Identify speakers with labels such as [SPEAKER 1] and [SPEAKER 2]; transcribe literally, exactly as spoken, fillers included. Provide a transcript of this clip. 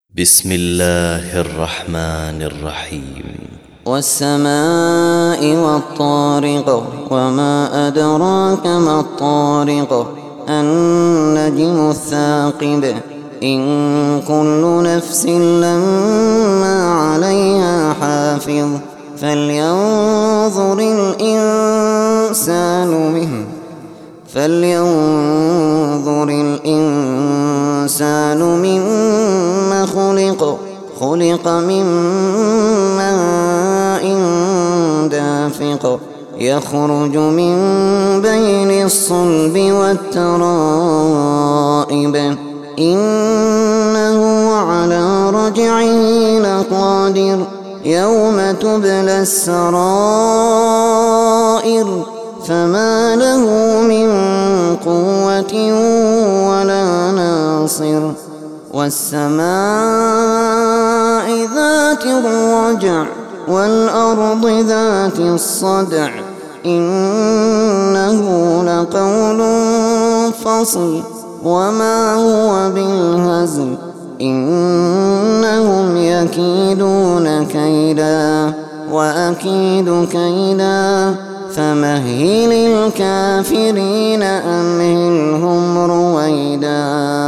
[SPEAKER 1] بسم الله الرحمن الرحيم.
[SPEAKER 2] والسماء والطارق وما أدراك ما الطارق النجم الثاقب إن كل نفس لما عليها حافظ فلينظر الإنسان مما فلينظر الإنسان مما خلق خلق من ماء دافق يخرج من بين الصلب والترائب إنه على رجعه لقادر يوم تبلى السرائر فما له من قوة ولا ناصر والسماء ذات الرجع والأرض ذات الصدع إنه لقول فصل وما هو بالهزل إنهم يكيدون كيدا وأكيد كيدا فمهل الكافرين أمهلهم رويدا.